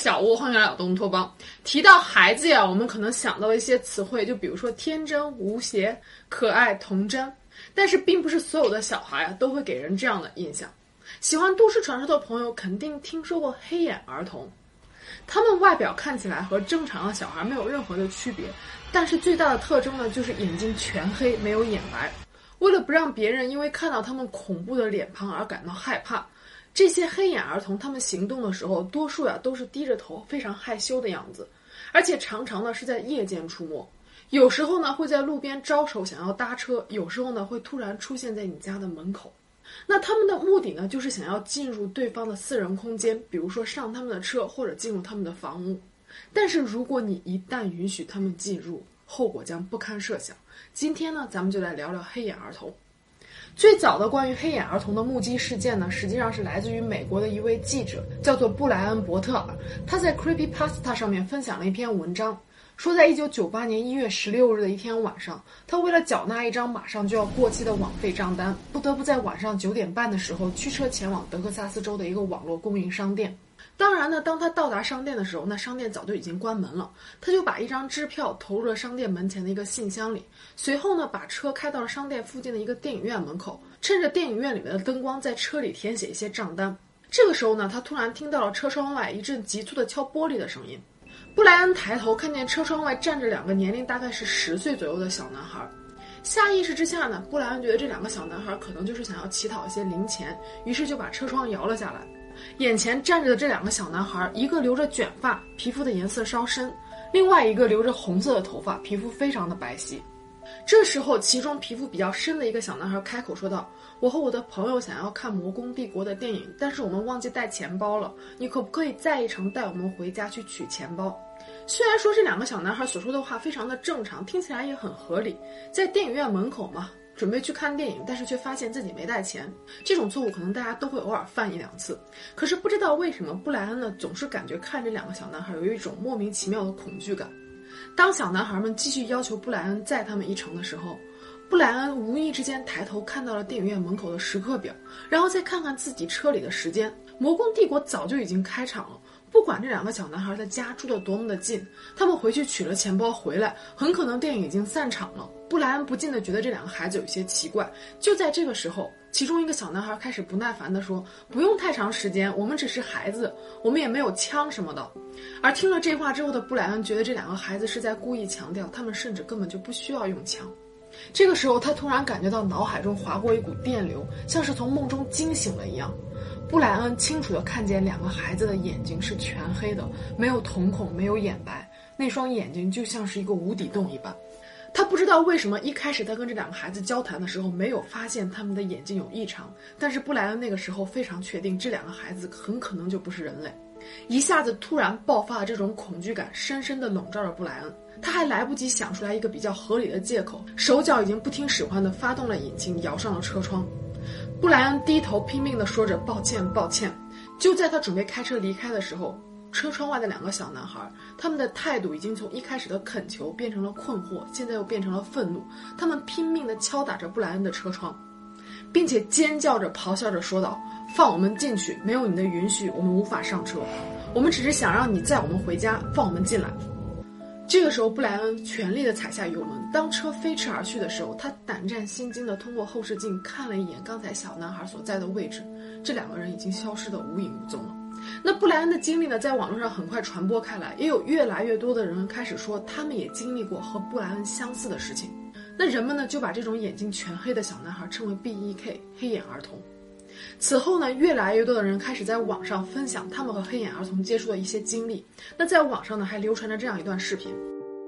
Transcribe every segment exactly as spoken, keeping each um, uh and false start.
小屋荒原老东托邦。提到孩子呀，我们可能想到的一些词汇，就比如说天真无邪、可爱童真，但是并不是所有的小孩啊都会给人这样的印象。喜欢都市传说的朋友肯定听说过黑眼儿童，他们外表看起来和正常的小孩没有任何的区别，但是最大的特征呢，就是眼睛全黑，没有眼白。为了不让别人因为看到他们恐怖的脸庞而感到害怕，这些黑眼儿童他们行动的时候，多数呀都是低着头，非常害羞的样子，而且常常呢是在夜间出没。有时候呢会在路边招手想要搭车，有时候呢会突然出现在你家的门口。那他们的目的呢，就是想要进入对方的私人空间，比如说上他们的车或者进入他们的房屋。但是如果你一旦允许他们进入，后果将不堪设想。今天呢，咱们就来聊聊黑眼儿童。最早的关于黑眼儿童的目击事件呢，实际上是来自于美国的一位记者，叫做布莱恩·伯特尔。他在 Creepypasta 上面分享了一篇文章，说在一九九八年一月十六日的一天晚上，他为了缴纳一张马上就要过期的网费账单，不得不在晚上九点半的时候驱车前往德克萨斯州的一个网络供应商店。当然呢，当他到达商店的时候，那商店早就已经关门了，他就把一张支票投入了商店门前的一个信箱里，随后呢把车开到了商店附近的一个电影院门口，趁着电影院里面的灯光在车里填写一些账单。这个时候呢，他突然听到了车窗外一阵急促的敲玻璃的声音。布莱恩抬头看见车窗外站着两个年龄大概是十岁左右的小男孩，下意识之下呢，布莱恩觉得这两个小男孩可能就是想要乞讨一些零钱，于是就把车窗摇了下来。眼前站着的这两个小男孩，一个留着卷发，皮肤的颜色稍深，另外一个留着红色的头发，皮肤非常的白皙。这时候其中皮肤比较深的一个小男孩开口说道，我和我的朋友想要看魔宫帝国的电影，但是我们忘记带钱包了，你可不可以再一程带我们回家去取钱包？虽然说这两个小男孩所说的话非常的正常，听起来也很合理，在电影院门口嘛，准备去看电影，但是却发现自己没带钱，这种错误可能大家都会偶尔犯一两次。可是不知道为什么布莱恩呢，总是感觉看这两个小男孩有一种莫名其妙的恐惧感。当小男孩们继续要求布莱恩载他们一程的时候，布莱恩无意之间抬头看到了电影院门口的时刻表，然后再看看自己车里的时间，魔宫帝国早就已经开场了。不管这两个小男孩的家住得多么的近，他们回去取了钱包回来，很可能电影已经散场了。布莱恩不禁地觉得这两个孩子有些奇怪。就在这个时候，其中一个小男孩开始不耐烦地说，不用太长时间，我们只是孩子，我们也没有枪什么的。而听了这话之后的布莱恩觉得这两个孩子是在故意强调，他们甚至根本就不需要用枪。这个时候他突然感觉到脑海中划过一股电流，像是从梦中惊醒了一样。布莱恩清楚地看见两个孩子的眼睛是全黑的，没有瞳孔，没有眼白，那双眼睛就像是一个无底洞一般。他不知道为什么一开始在跟这两个孩子交谈的时候没有发现他们的眼睛有异常，但是布莱恩那个时候非常确定这两个孩子很可能就不是人类。一下子突然爆发的这种恐惧感深深地笼罩着布莱恩，他还来不及想出来一个比较合理的借口，手脚已经不听使唤地发动了引擎，摇上了车窗。布莱恩低头拼命地说着抱歉抱歉。就在他准备开车离开的时候，车窗外的两个小男孩，他们的态度已经从一开始的恳求变成了困惑，现在又变成了愤怒。他们拼命地敲打着布莱恩的车窗，并且尖叫着咆哮着说道，放我们进去，没有你的允许我们无法上车，我们只是想让你载我们回家，放我们进来。这个时候布莱恩全力地踩下油门，当车飞驰而去的时候，他胆战心惊地通过后视镜看了一眼刚才小男孩所在的位置，这两个人已经消失得无影无踪了。那布莱恩的经历呢，在网络上很快传播开来，也有越来越多的人开始说他们也经历过和布莱恩相似的事情。那人们呢，就把这种眼睛全黑的小男孩称为 B E K 黑眼儿童。此后呢，越来越多的人开始在网上分享他们和黑眼儿童接触的一些经历。那在网上呢，还流传着这样一段视频。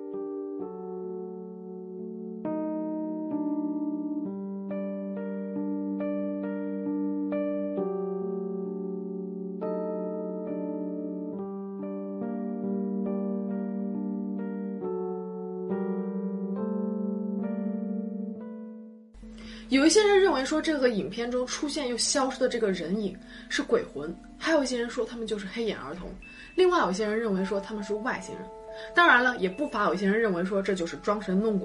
有一些人认为说这个影片中出现又消失的这个人影是鬼魂，还有一些人说他们就是黑眼儿童，另外有一些人认为说他们是外星人，当然了，也不乏有一些人认为说这就是装神弄鬼。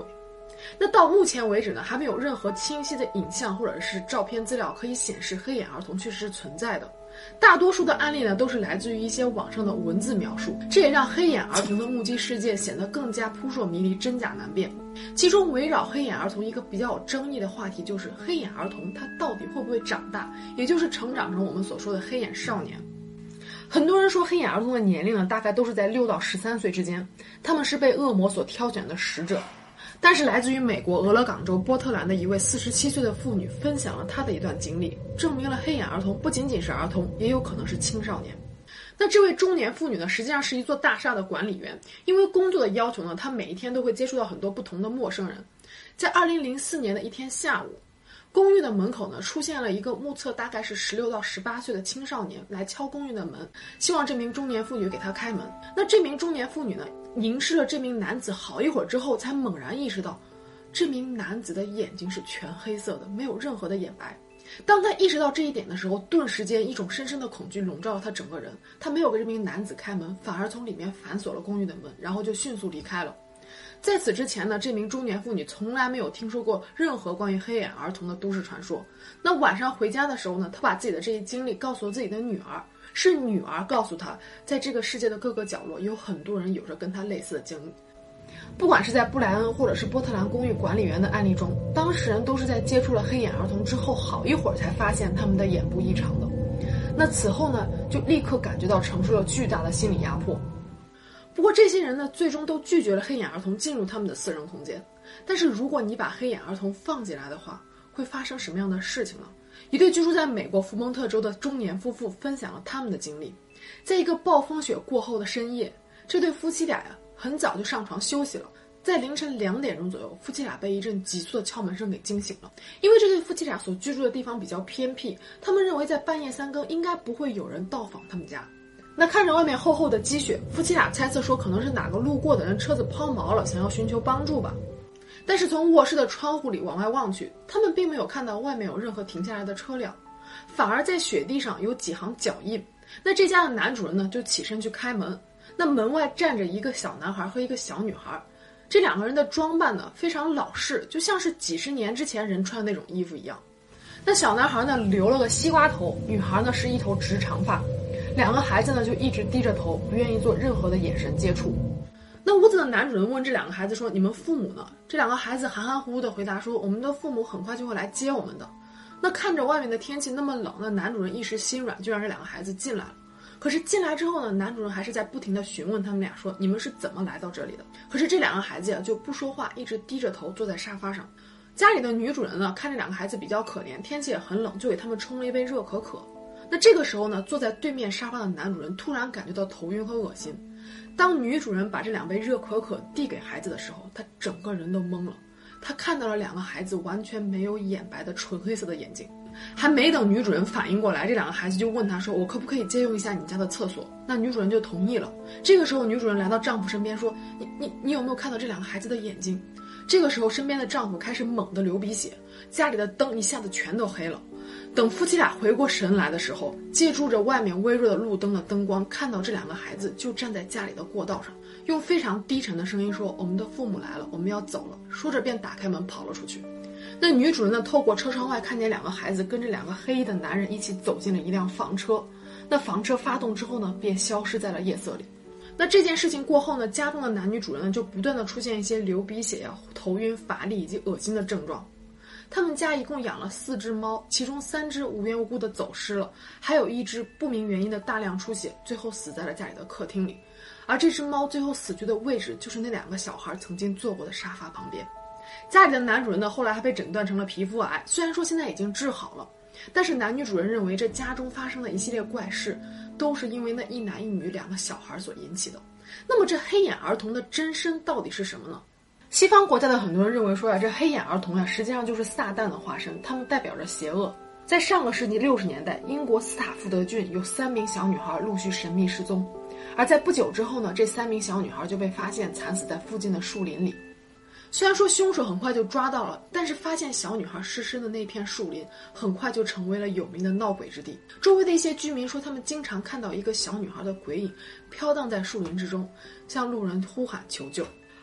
那到目前为止呢，还没有任何清晰的影像或者是照片资料可以显示黑眼儿童确实是存在的。大多数的案例呢，都是来自于一些网上的文字描述，这也让黑眼儿童的目击事件显得更加扑朔迷离、真假难辨。其中围绕黑眼儿童一个比较有争议的话题，就是黑眼儿童他到底会不会长大，也就是成长成我们所说的黑眼少年。很多人说黑眼儿童的年龄呢，大概都是在六到十三岁之间，他们是被恶魔所挑选的使者。但是来自于美国俄勒冈州波特兰的一位四十七岁的妇女分享了她的一段经历，证明了黑眼儿童不仅仅是儿童，也有可能是青少年。那这位中年妇女呢，实际上是一座大厦的管理员，因为工作的要求呢，她每一天都会接触到很多不同的陌生人。在二零零四年的一天下午，公寓的门口呢，出现了一个目测大概是十六到十八岁的青少年来敲公寓的门，希望这名中年妇女给他开门。那这名中年妇女呢，凝视了这名男子好一会儿之后，才猛然意识到，这名男子的眼睛是全黑色的，没有任何的眼白。当他意识到这一点的时候，顿时间一种深深的恐惧笼罩了他整个人。他没有给这名男子开门，反而从里面反锁了公寓的门，然后就迅速离开了。在此之前呢，这名中年妇女从来没有听说过任何关于黑眼儿童的都市传说。那晚上回家的时候呢，她把自己的这一经历告诉了自己的女儿，是女儿告诉她，在这个世界的各个角落有很多人有着跟她类似的经历。不管是在布莱恩或者是波特兰公寓管理员的案例中，当事人都是在接触了黑眼儿童之后好一会儿才发现他们的眼部异常的。那此后呢，就立刻感觉到承受了巨大的心理压迫。不过这些人呢，最终都拒绝了黑眼儿童进入他们的私人空间。但是如果你把黑眼儿童放进来的话，会发生什么样的事情呢？一对居住在美国福蒙特州的中年夫妇分享了他们的经历。在一个暴风雪过后的深夜，这对夫妻俩呀，很早就上床休息了。在凌晨两点钟左右，夫妻俩被一阵急促的敲门声给惊醒了。因为这对夫妻俩所居住的地方比较偏僻，他们认为在半夜三更应该不会有人到访他们家。那看着外面厚厚的积雪，夫妻俩猜测说可能是哪个路过的人车子抛锚了，想要寻求帮助吧。但是从卧室的窗户里往外望去，他们并没有看到外面有任何停下来的车辆，反而在雪地上有几行脚印。那这家的男主人呢，就起身去开门。那门外站着一个小男孩和一个小女孩，这两个人的装扮呢非常老式，就像是几十年之前人穿的那种衣服一样。那小男孩呢留了个西瓜头，女孩呢是一头直长发。两个孩子呢就一直低着头，不愿意做任何的眼神接触。那屋子的男主人问这两个孩子说，你们父母呢？这两个孩子含含糊糊的回答说，我们的父母很快就会来接我们的。那看着外面的天气那么冷，那男主人一时心软，就让这两个孩子进来了。可是进来之后呢，男主人还是在不停地询问他们俩说，你们是怎么来到这里的？可是这两个孩子呀就不说话，一直低着头坐在沙发上。家里的女主人呢看这两个孩子比较可怜，天气也很冷，就给他们冲了一杯热可可。那这个时候呢，坐在对面沙发的男主人突然感觉到头晕和恶心。当女主人把这两杯热可可递给孩子的时候，他整个人都懵了。他看到了两个孩子完全没有眼白的纯黑色的眼睛。还没等女主人反应过来，这两个孩子就问她说，我可不可以借用一下你家的厕所？那女主人就同意了。这个时候女主人来到丈夫身边说，你你你有没有看到这两个孩子的眼睛？这个时候身边的丈夫开始猛地流鼻血，家里的灯一下子全都黑了。等夫妻俩回过神来的时候，借助着外面微弱的路灯的灯光，看到这两个孩子就站在家里的过道上，用非常低沉的声音说，我们的父母来了，我们要走了。说着便打开门跑了出去。那女主人呢，透过车窗外看见两个孩子跟着两个黑衣的男人一起走进了一辆房车。那房车发动之后呢，便消失在了夜色里。那这件事情过后呢，家中的男女主人呢就不断的出现一些流鼻血呀、头晕、乏力以及恶心的症状。他们家一共养了四只猫，其中三只无缘无故的走失了，还有一只不明原因的大量出血，最后死在了家里的客厅里。而这只猫最后死去的位置就是那两个小孩曾经坐过的沙发旁边。家里的男主人呢，后来还被诊断成了皮肤癌，虽然说现在已经治好了，但是男女主人认为这家中发生的一系列怪事都是因为那一男一女两个小孩所引起的。那么这黑眼儿童的真身到底是什么呢？西方国家的很多人认为说呀，这黑眼儿童呀实际上就是撒旦的化身，他们代表着邪恶。在上个世纪六十年代，英国斯塔福德郡有三名小女孩陆续神秘失踪，而在不久之后呢，这三名小女孩就被发现惨死在附近的树林里。虽然说凶手很快就抓到了，但是发现小女孩失身的那片树林很快就成为了有名的闹鬼之地。周围的一些居民说，他们经常看到一个小女孩的鬼影飘荡在树林之中，向路人呼喊求救。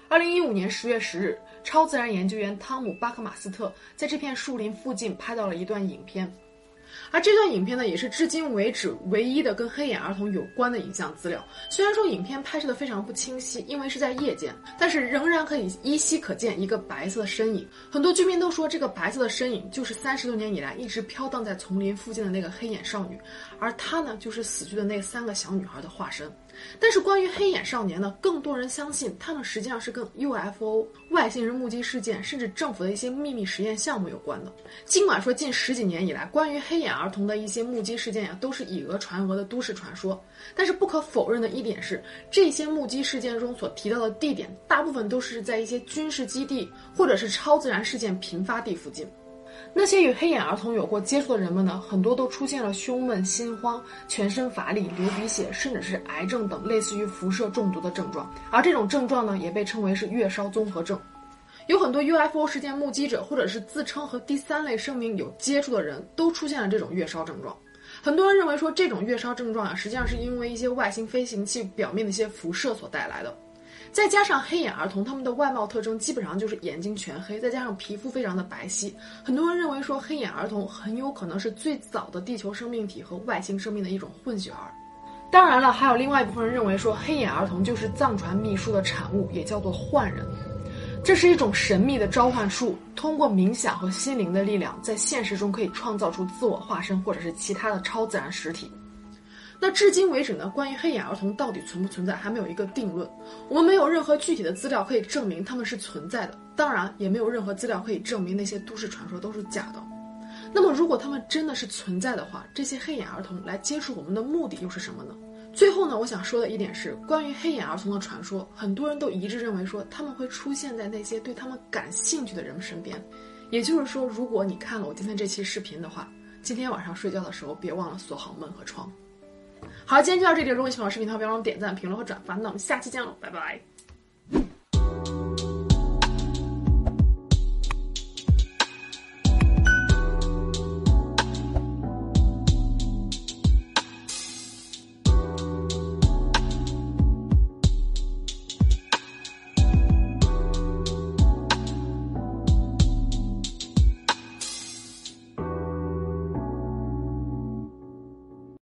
二零一五年十月十日，超自然研究员汤姆·巴克马斯特在这片树林附近拍到了一段影片，而这段影片呢，也是至今为止唯一的跟黑眼儿童有关的影像资料。虽然说影片拍摄的非常不清晰，因为是在夜间，但是仍然可以依稀可见一个白色的身影。很多居民都说，这个白色的身影就是三十多年以来一直飘荡在丛林附近的那个黑眼少女，而她呢，就是死去的那三个小女孩的化身。但是关于黑眼少年呢，更多人相信他们实际上是跟 U F O 外星人目击事件，甚至政府的一些秘密实验项目有关的。尽管说近十几年以来，关于黑眼儿童的一些目击事件呀，都是以讹传讹的都市传说，但是不可否认的一点是，这些目击事件中所提到的地点，大部分都是在一些军事基地或者是超自然事件频发地附近。那些与黑眼儿童有过接触的人们呢，很多都出现了胸闷、心慌、全身乏力、流鼻血，甚至是癌症等类似于辐射中毒的症状。而这种症状呢，也被称为是月烧综合症。有很多 U F O 事件目击者，或者是自称和第三类生命有接触的人，都出现了这种月烧症状。很多人认为说，这种月烧症状啊，实际上是因为一些外星飞行器表面的一些辐射所带来的。再加上黑眼儿童，他们的外貌特征基本上就是眼睛全黑，再加上皮肤非常的白皙，很多人认为说黑眼儿童很有可能是最早的地球生命体和外星生命的一种混血儿。当然了，还有另外一部分人认为说黑眼儿童就是藏传秘术的产物，也叫做幻人。这是一种神秘的召唤术，通过冥想和心灵的力量，在现实中可以创造出自我化身或者是其他的超自然实体。那至今为止呢，关于黑眼儿童到底存不存在还没有一个定论，我们没有任何具体的资料可以证明他们是存在的，当然也没有任何资料可以证明那些都市传说都是假的。那么如果他们真的是存在的话，这些黑眼儿童来接触我们的目的又是什么呢？最后呢，我想说的一点是，关于黑眼儿童的传说，很多人都一致认为说他们会出现在那些对他们感兴趣的人身边。也就是说，如果你看了我今天这期视频的话，今天晚上睡觉的时候别忘了锁好门和窗。好，今天就到这里。如果你喜欢我视频的话，别忘了点赞、评论和转发。那我们下期见喽，拜拜。